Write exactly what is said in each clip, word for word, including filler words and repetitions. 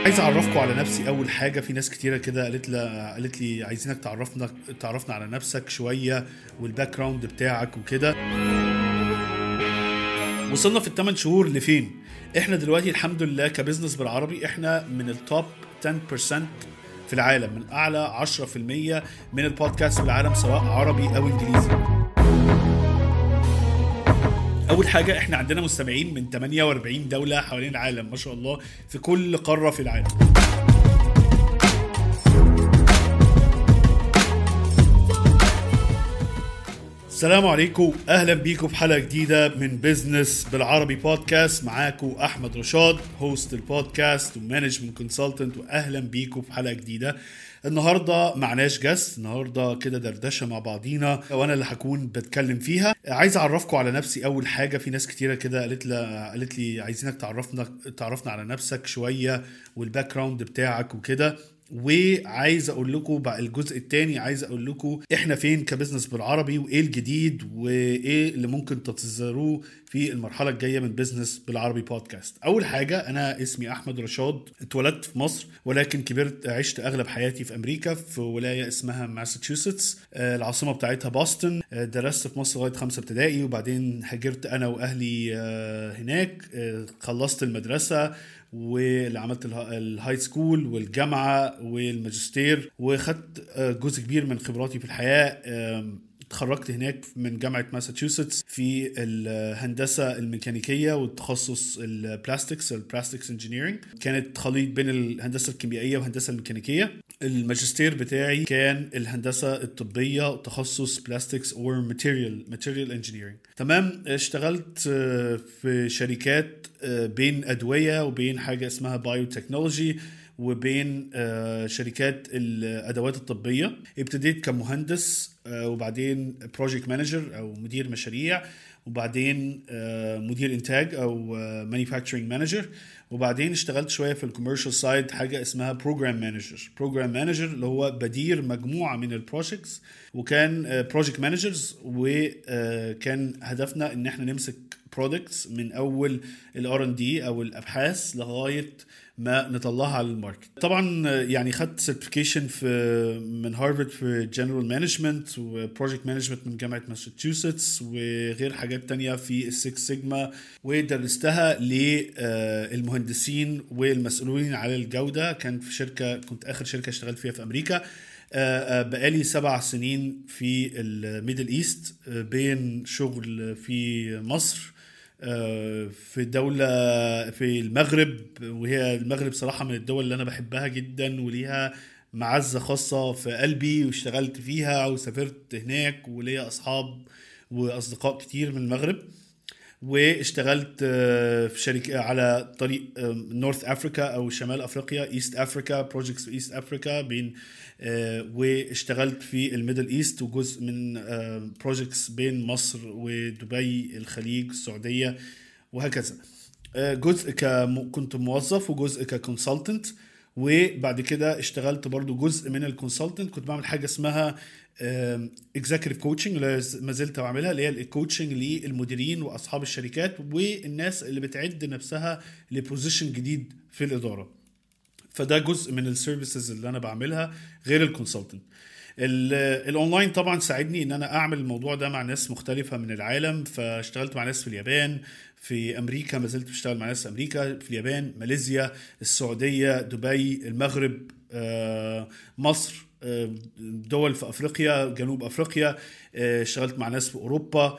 عايز اعرفكم على نفسي. اول حاجه، في ناس كتيره كده قالت لي قالت لي عايزينك تعرفنا تعرفنا على نفسك شويه والباك جراوند بتاعك وكده. وصلنا في الثمان شهور لفين؟ احنا دلوقتي الحمد لله كبزنس بالعربي احنا من التوب عشرة بالمية في العالم، من اعلى عشرة في المية من البودكاست في العالم سواء عربي او انجليزي. اول حاجه، احنا عندنا مستمعين من ثمانية وأربعين دوله حوالين العالم، ما شاء الله، في كل قاره في العالم. السلام عليكم، اهلا بيكم في حلقه جديده من بيزنس بالعربي بودكاست. معاكم احمد رشاد، هوست البودكاست ومانجمنت كونسلتنت، واهلا بيكم في حلقه جديده. النهارده معناش جاست، النهارده كده دردشه مع بعضينا وانا اللي هكون بتكلم فيها. عايز اعرفكم على نفسي. اول حاجه، في ناس كتيره كده قالت لي قالت لي عايزينك تعرفنا تعرفنا على نفسك شويه والباك جراوند بتاعك وكده. وعايز اقول لكم بقى الجزء الثاني، عايز اقول لكم احنا فين كبزنس بالعربي وايه الجديد وايه اللي ممكن تنتظروه في المرحله الجايه من بزنس بالعربي بودكاست. اول حاجه، انا اسمي احمد رشاد، اتولدت في مصر ولكن كبرت عشت اغلب حياتي في امريكا في ولايه اسمها ماساتشوستس، العاصمه بتاعتها بوسطن. درست في مصر لغايه خمسه ابتدائي، وبعدين هاجرت انا واهلي هناك. خلصت المدرسه واللي عملت الهاي سكول والجامعة والماجستير، وخدت جزء كبير من خبراتي في الحياة. تخرجت هناك من جامعة ماساتشوستس في الهندسة الميكانيكية والتخصص البلاستيكس البلاستيكس انجينيرينج. كانت خليط بين الهندسة الكيميائية والهندسة الميكانيكية. الماجستير بتاعي كان الهندسة الطبية تخصص بلاستيكس اور ماتيريال ماتيريال انجينيرينج. تمام. اشتغلت في شركات بين أدوية وبين حاجة اسمها بايو تكنولوجي وبين شركات الأدوات الطبية. ابتديت كمهندس، وبعدين بروجكت مانجر أو مدير مشاريع، وبعدين مدير إنتاج أو مانيفاكتشرينج مانجر، وبعدين اشتغلت شوية في الكوميرشال سايد حاجة اسمها بروجرام مانجر. بروجرام مانجر اللي هو بدير مجموعة من البروجكتس، وكان بروجكت مانجرز، وكان هدفنا ان احنا نمسك برودكتس من اول الار ان دي او الابحاث لغايه ما نطلعها على الماركت. طبعا يعني خدت سيرتيفيكيشن في من هارفارد في جنرال مانجمنت وبروجكت مانجمنت من جامعه ماساتشوستس، وغير حاجات تانية في السكس سيجما، ودرستها للمهندسين والمسؤولين على الجوده. كان في شركه، كنت اخر شركه اشتغلت فيها في امريكا. بقالي سبع سنين في الميدل ايست، بين شغل في مصر، في دولة في المغرب، وهي المغرب صراحة من الدول اللي أنا بحبها جدا وليها معزة خاصة في قلبي، واشتغلت فيها وسافرت هناك وليا أصحاب وأصدقاء كتير من المغرب. واشتغلت في شركة على طريق نورث أفريكا أو شمال أفريقيا، إيست أفريكا، بروجيكتس في إيست أفريكا بين، واشتغلت في الميدل إيست وجزء من بروجيكتس بين مصر ودبي، الخليج، السعودية، وهكذا. جزء كنت موظف وجزء ككونسلتنت، وبعد كده اشتغلت برضو جزء من الكونسلتنت. كنت بعمل حاجة اسمها اكزيكتيف كوتشنج، ما زلت بعملها، اللي هي الكوتشنج للمديرين واصحاب الشركات والناس اللي بتعد نفسها لبوزيشن جديد في الاداره. فده جزء من السيرفيسز اللي انا بعملها غير الكونسلتنت. الاونلاين طبعا ساعدني ان انا اعمل الموضوع ده مع ناس مختلفه من العالم. فاشتغلت مع ناس في اليابان، في امريكا، ما زلت بشتغل مع ناس في امريكا، في اليابان، ماليزيا، السعوديه، دبي، المغرب، مصر، دول في افريقيا، جنوب افريقيا، اشتغلت مع ناس في اوروبا.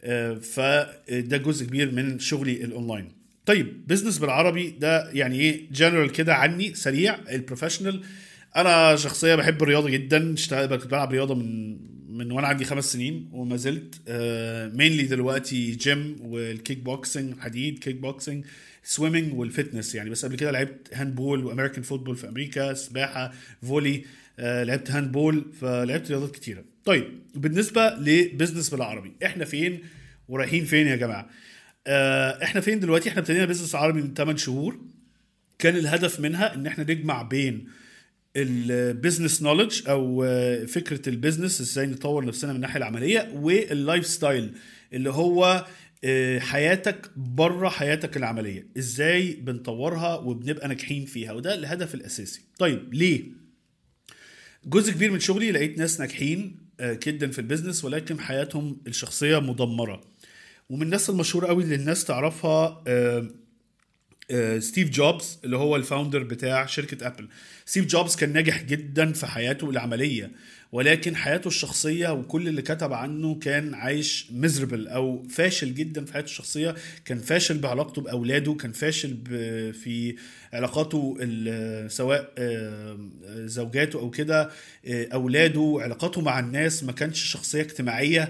فده جزء كبير من شغلي الاونلاين. طيب، بزنس بالعربي ده يعني ايه؟ جنرال كده عني سريع. البروفيشنال، انا شخصيه بحب الرياضه جدا. اشتغلت كنت بلعب رياضه من من وانا عندي خمس سنين وما زلت. مينلي دلوقتي جيم والكيك بوكسنج، حديد، كيك بوكسنج، سويمنج والفتنس يعني. بس قبل كده لعبت هاندبول وامريكان فوتبول في امريكا، سباحه، فولي، آه لعبت هاندبول، فلعبت رياضات كتيره. طيب، بالنسبه لبزنس بالعربي، احنا فين ورايحين فين يا جماعه؟ آه احنا فين دلوقتي؟ احنا ابتدينا بزنس عربي من ثمانية شهور. كان الهدف منها ان احنا نجمع بين البيزنس نوليدج او فكره البيزنس، ازاي نطور نفسنا من الناحيه العمليه، واللايف ستايل اللي هو آه، حياتك بره حياتك العملية ازاي بنطورها وبنبقى ناجحين فيها، وده الهدف الاساسي. طيب ليه؟ جزء كبير من شغلي لقيت ناس ناجحين آه، جدا في البيزنس ولكن حياتهم الشخصية مدمرة. ومن الناس المشهورة قوي اللي الناس تعرفها آه، آه، ستيف جوبز اللي هو الفاوندر بتاع شركة أبل. ستيف جوبز كان ناجح جدا في حياته العملية، ولكن حياته الشخصية وكل اللي كتب عنه كان عايش ميزربل أو فاشل جدا في حياته الشخصية. كان فاشل بعلاقته بأولاده، كان فاشل ب- في علاقاته ال- سواء آه، زوجاته أو كده، آه، أولاده، علاقاته مع الناس، ما كانش شخصية اجتماعية.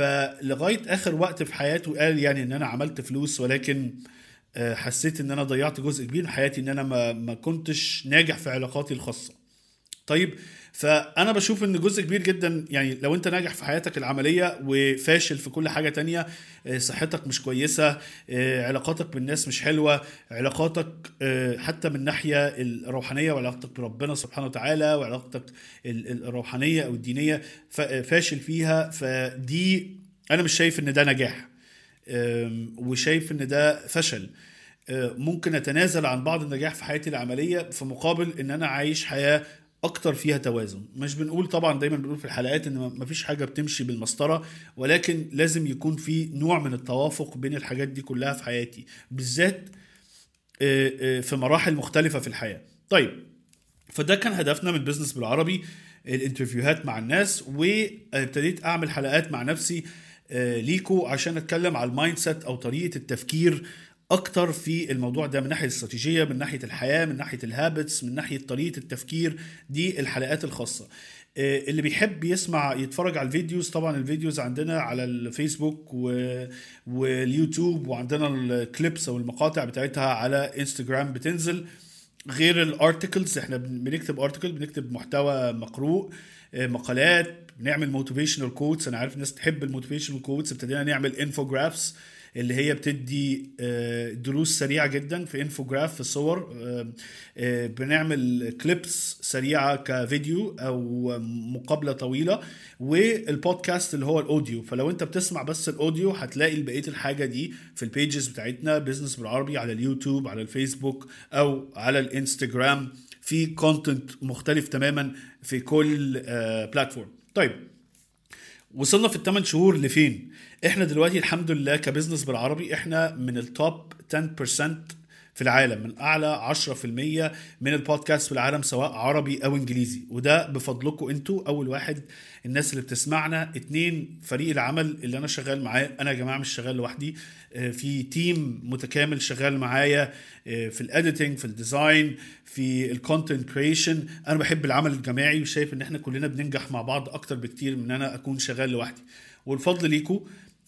فلغاية آخر وقت في حياته قال يعني إن أنا عملت فلوس، ولكن آه، حسيت ان انا ضيعت جزء كبير من حياتي، ان انا ما ما كنتش ناجح في علاقاتي الخاصه. طيب، فانا بشوف ان جزء كبير جدا، يعني لو انت ناجح في حياتك العمليه وفاشل في كل حاجه تانية، آه، صحتك مش كويسه، آه، علاقاتك بالناس مش حلوه، علاقاتك آه، حتى من ناحيه الروحانيه وعلاقتك بربنا سبحانه وتعالى وعلاقتك ال- ال- الروحانيه او الدينيه ف- فاشل فيها، فدي انا مش شايف ان ده نجاح. أم، وشايف ان ده فشل. أه، ممكن اتنازل عن بعض النجاح في حياتي العمليه في مقابل ان انا عايش حياه اكتر فيها توازن. مش بنقول طبعا، دايما بنقول في الحلقات ان مفيش حاجه بتمشي بالمسطره، ولكن لازم يكون في نوع من التوافق بين الحاجات دي كلها في حياتي، بالذات أه، أه، في مراحل مختلفه في الحياه. طيب، فده كان هدفنا من بيزنس بالعربي، الانترفيوهات مع الناس، وابتديت اعمل حلقات مع نفسي آه، ليكو عشان اتكلم على المايند سيت او طريقه التفكير اكتر في الموضوع ده، من ناحيه الاستراتيجيه، من ناحيه الحياه، من ناحيه الهابتس، من ناحيه طريقه التفكير. دي الحلقات الخاصه. آه، اللي بيحب يسمع يتفرج على الفيديوز، طبعا الفيديوز عندنا على الفيسبوك و... واليوتيوب، وعندنا الكليبس او المقاطع بتاعتها على انستجرام بتنزل. غير الارتكلز، احنا بن- بنكتب ارتكل، بنكتب محتوى مقروء، آه، مقالات، بنعمل موتيفيشنال كوتس. انا عارف الناس تحب الموتيفيشنال كوتس، ابتدينا نعمل انفوجرافز اللي هي بتدي آه، دروس سريعه جدا في انفوجراف في الصور. آه، آه، بنعمل كليبس سريعه كفيديو او مقابله طويله، والبودكاست اللي هو الاوديو. فلو انت بتسمع بس الاوديو هتلاقي بقيه الحاجه دي في البيجز بتاعتنا، بيزنس بالعربي، على اليوتيوب، على الفيسبوك، او على الانستجرام. في كونتنت مختلف تماما في كل بلاتفورم. طيب، وصلنا في الثمان شهور لفين؟ احنا دلوقتي الحمد لله كبزنس بالعربي احنا من التوب عشرة بالمية في العالم، من اعلى عشرة في المية من البودكاست في العالم سواء عربي او انجليزي. وده بفضلكم انتوا، اول واحد الناس اللي بتسمعنا، اتنين فريق العمل اللي انا شغال معاه. انا يا جماعه مش شغال لوحدي، آه، في تيم متكامل شغال معايا آه، في الاديتنج، في الديزاين، في الكونتنت كريشن. انا بحب العمل الجماعي وشايف ان احنا كلنا بننجح مع بعض اكتر بكتير من ان انا اكون شغال لوحدي. والفضل ليكم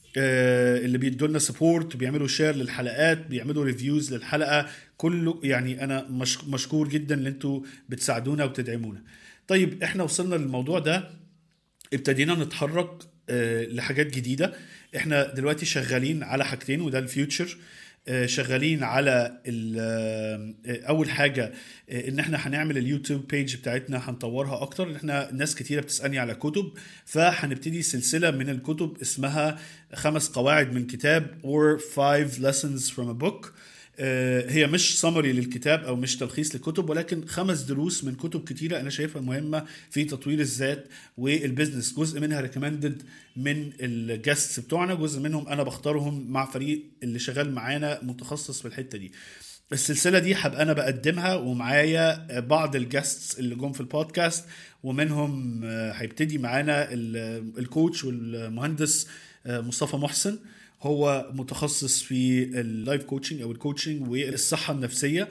آه، اللي بيدوا لنا سبورت، بيعملوا شير للحلقات، بيعملوا ريفيوز للحلقه كله. يعني انا مش مشكور جدا ان انتوا بتساعدونا وبتدعمونا. طيب، احنا وصلنا للموضوع ده، ابتدينا نتحرك آه، لحاجات جديدة. احنا دلوقتي شغالين على حاجتين، وده الفيوتشر. آه، شغالين على ال- آه، اول حاجة آه، ان احنا هنعمل اليوتيوب بيج بتاعتنا، هنطورها اكتر. احنا ناس كتيرة بتسألني على كتب، فهنبتدي سلسلة من الكتب اسمها خمس قواعد من كتاب or five lessons from a book. آه، هي مش سمري للكتاب او مش تلخيص للكتب، ولكن خمس دروس من كتب كتيره انا شايفها مهمه في تطوير الذات والبيزنس. جزء منها ريكومندد من الجاستس بتوعنا، جزء منهم انا بختارهم مع فريق اللي شغال معانا متخصص في الحته دي. السلسله دي هبقى انا بقدمها، ومعايا بعض الجاستس اللي جم في البودكاست، ومنهم آه، هيبتدي معانا ال- الكوتش والمهندس آه، مصطفى محسن. هو متخصص في اللايف كوتشنج او الكوتشنج والصحه النفسيه،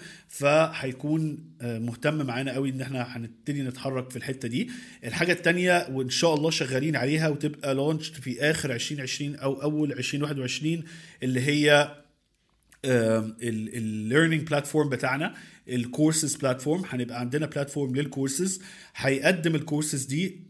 فهيكون آه، مهتم معانا قوي ان احنا هنبتدي نتحرك في الحته دي. الحاجه التانية وان شاء الله شغالين عليها وتبقى لونش في اخر عشرين عشرين او اول عشرين واحد وعشرين، اللي هي الليرنينج بلاتفورم بتاعنا الكورسز بلاتفورم. هنبقى عندنا بلاتفورم للكورسز هيقدم الكورسز دي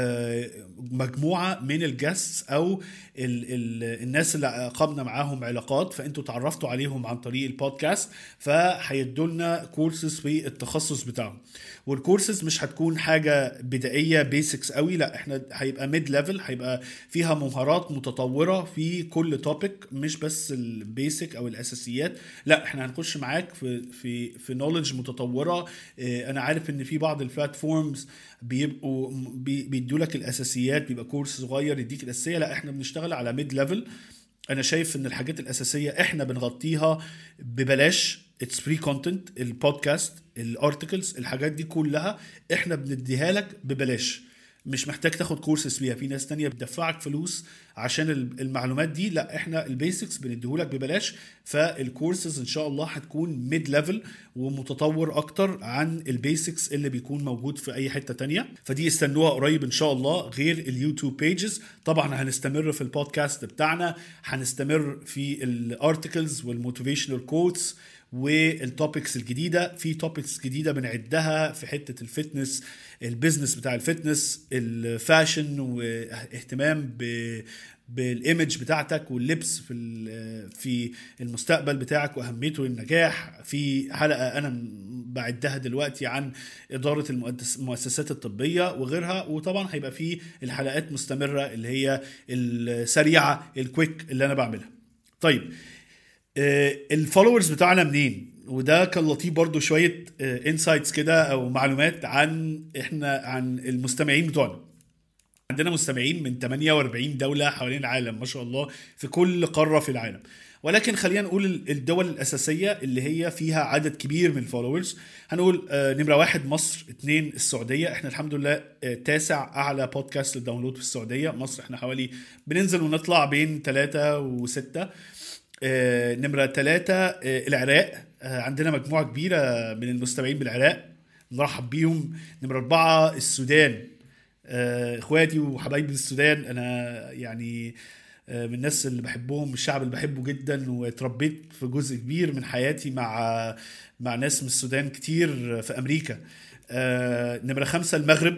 مجموعه من الجاستس او ال ال الناس اللي قمنا معاهم علاقات، فانتوا تعرفتوا عليهم عن طريق البودكاست، فهيدوا لنا كورسز في التخصص بتاعهم. والكورسز مش هتكون حاجه بدائيه بيسكس قوي، لا احنا هيبقى ميد ليفل، هيبقى فيها مهارات متطوره في كل توبيك، مش بس البيسك او الاساسيات، لا احنا هنخش معاك في في في نوليدج متطوره. انا عارف ان في بعض البلاتفورمز بيبقوا بيدوا لك الاساسيات، بيبقى كورس صغير يديك الاساسيه، لا احنا بنشتغل على ميد ليفل. انا شايف ان الحاجات الاساسيه احنا بنغطيها ببلاش، اتس فري كونتنت، البودكاست، الارتكلز، الحاجات دي كلها احنا بنديها لك ببلاش، مش محتاج تاخد كورسز فيها. في ناس تانية بتدفعك فلوس عشان المعلومات دي، لا احنا البيسكس بنديهولك ببلاش. فالكورسز ان شاء الله هتكون ميد ليفل ومتطور اكتر عن البيسكس اللي بيكون موجود في اي حتة تانية، فدي استنوها قريب ان شاء الله. غير اليوتيوب بيجز طبعا هنستمر في البودكاست بتاعنا، هنستمر في الارتكلز والموتيفيشنال كوتس والتوبكس الجديدة. في توبكس جديدة بنعدها في حتة الفتنس، البيزنس بتاع الفتنس، الفاشن، واهتمام ب بالايمج بتاعتك واللبس في في المستقبل بتاعك واهميته للنجاح. في حلقه انا بعدها دلوقتي عن اداره المؤسسات الطبيه وغيرها، وطبعا هيبقى في الحلقات مستمره اللي هي السريعه الكويك اللي انا بعملها. طيب الفولورز بتاعنا منين؟ وده كان لطيف برضو، شويه انسايتس كده او معلومات عن احنا عن المستمعين بتوعنا. عندنا مستمعين من ثمانية وأربعين دولة حوالين العالم ما شاء الله، في كل قارة في العالم. ولكن خلينا نقول الدول الأساسية اللي هي فيها عدد كبير من الفولورز. هنقول نمرة واحد مصر، اتنين السعودية، احنا الحمد لله تاسع أعلى بودكاست للداونلود في السعودية. مصر احنا حوالي بننزل ونطلع بين ثلاثة وستة. نمرة ثلاثة العراق، عندنا مجموعة كبيرة من المستمعين بالعراق، نرحب بيهم. نمرة أربعة السودان، اخواتي وحبايبي السودان، انا يعني من الناس اللي بحبهم، الشعب اللي بحبه جدا، وتربيت في جزء كبير من حياتي مع مع ناس من السودان كتير في امريكا. نمرة خمسة المغرب،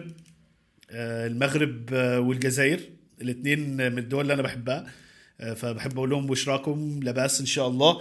المغرب والجزائر الاثنين من الدول اللي انا بحبها، فبحب اقول لهم بشراكم لباس ان شاء الله.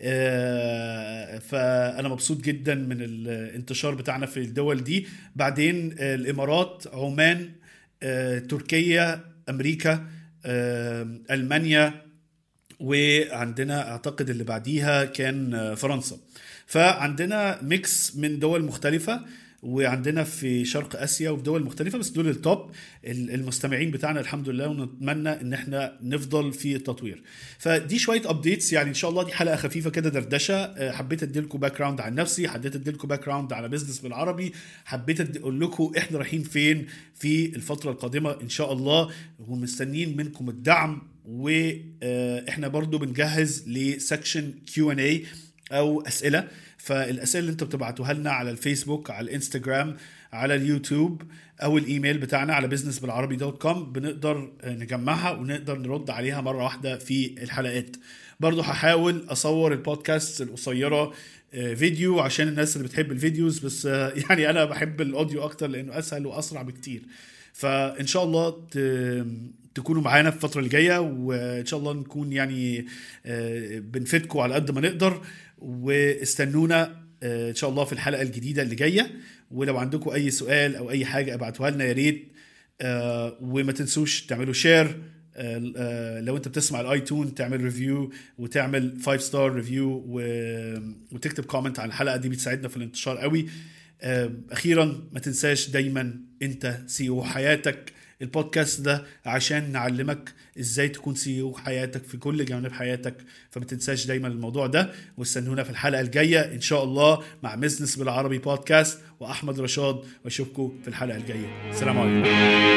فأنا مبسوط جدا من الانتشار بتاعنا في الدول دي. بعدين الإمارات، عمان، تركيا، أمريكا، ألمانيا، وعندنا أعتقد اللي بعديها كان فرنسا. فعندنا ميكس من دول مختلفة، وعندنا في شرق آسيا وفي دول مختلفة، بس دول التوب المستمعين بتاعنا الحمد لله، ونتمنى ان احنا نفضل في التطوير. فدي شوية ابديتس يعني ان شاء الله، دي حلقة خفيفة كده دردشة. حبيت اديلكم باك جراوند عن نفسي، حبيت اديلكم باك جراوند على بزنس بالعربي، حبيت اقول لكم احنا رايحين فين في الفترة القادمة ان شاء الله، ومستنين منكم الدعم. واحنا برضو بنجهز لسكشن كيو ان اي او اسئله، فالاسئله اللي انتوا بتبعتوها لنا على الفيسبوك، على الانستجرام، على اليوتيوب، او الايميل بتاعنا على business بالعربي دوت كوم، بنقدر نجمعها ونقدر نرد عليها مره واحده في الحلقات. برضو هحاول اصور البودكاست القصيره فيديو عشان الناس اللي بتحب الفيديوز، بس يعني انا بحب الاوديو اكتر لانه اسهل واسرع بكتير. فان شاء الله تكونوا معانا في الفترة الجاية، وإن شاء الله نكون يعني بنفيدكم على قد ما نقدر، واستنونا إن شاء الله في الحلقة الجديدة اللي جاية. ولو عندكم أي سؤال أو أي حاجة ابعتوها لنا يا ريت، وما تنسوش تعملوا شير. لو أنت بتسمع الآيتون تعمل ريفيو وتعمل فايف ستار ريفيو وتكتب كومنت عن الحلقة دي، بتساعدنا في الانتشار قوي. أخيرا ما تنساش دايما أنت سي او حياتك. البودكاست ده عشان نعلمك ازاي تكون سي او حياتك في كل جوانب حياتك، فما تنساش دايما الموضوع ده. واستنونا في الحلقة الجاية ان شاء الله مع بزنس بالعربي بودكاست وأحمد رشاد، واشوفكم في الحلقة الجاية. السلام عليكم،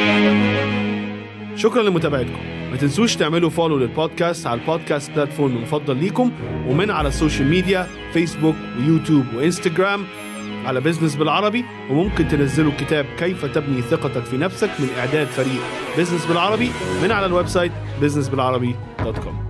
شكرا لمتابعتكم. ما تنسوش تعملوا فولو للبودكاست على البودكاست بلاتفورم المفضل ليكم، ومن على السوشيال ميديا فيسبوك ويوتيوب وإنستجرام على بزنس بالعربي. وممكن تنزلوا كتاب كيف تبني ثقتك في نفسك من إعداد فريق بزنس بالعربي من على الويب سايت business بالعربي دوت كوم.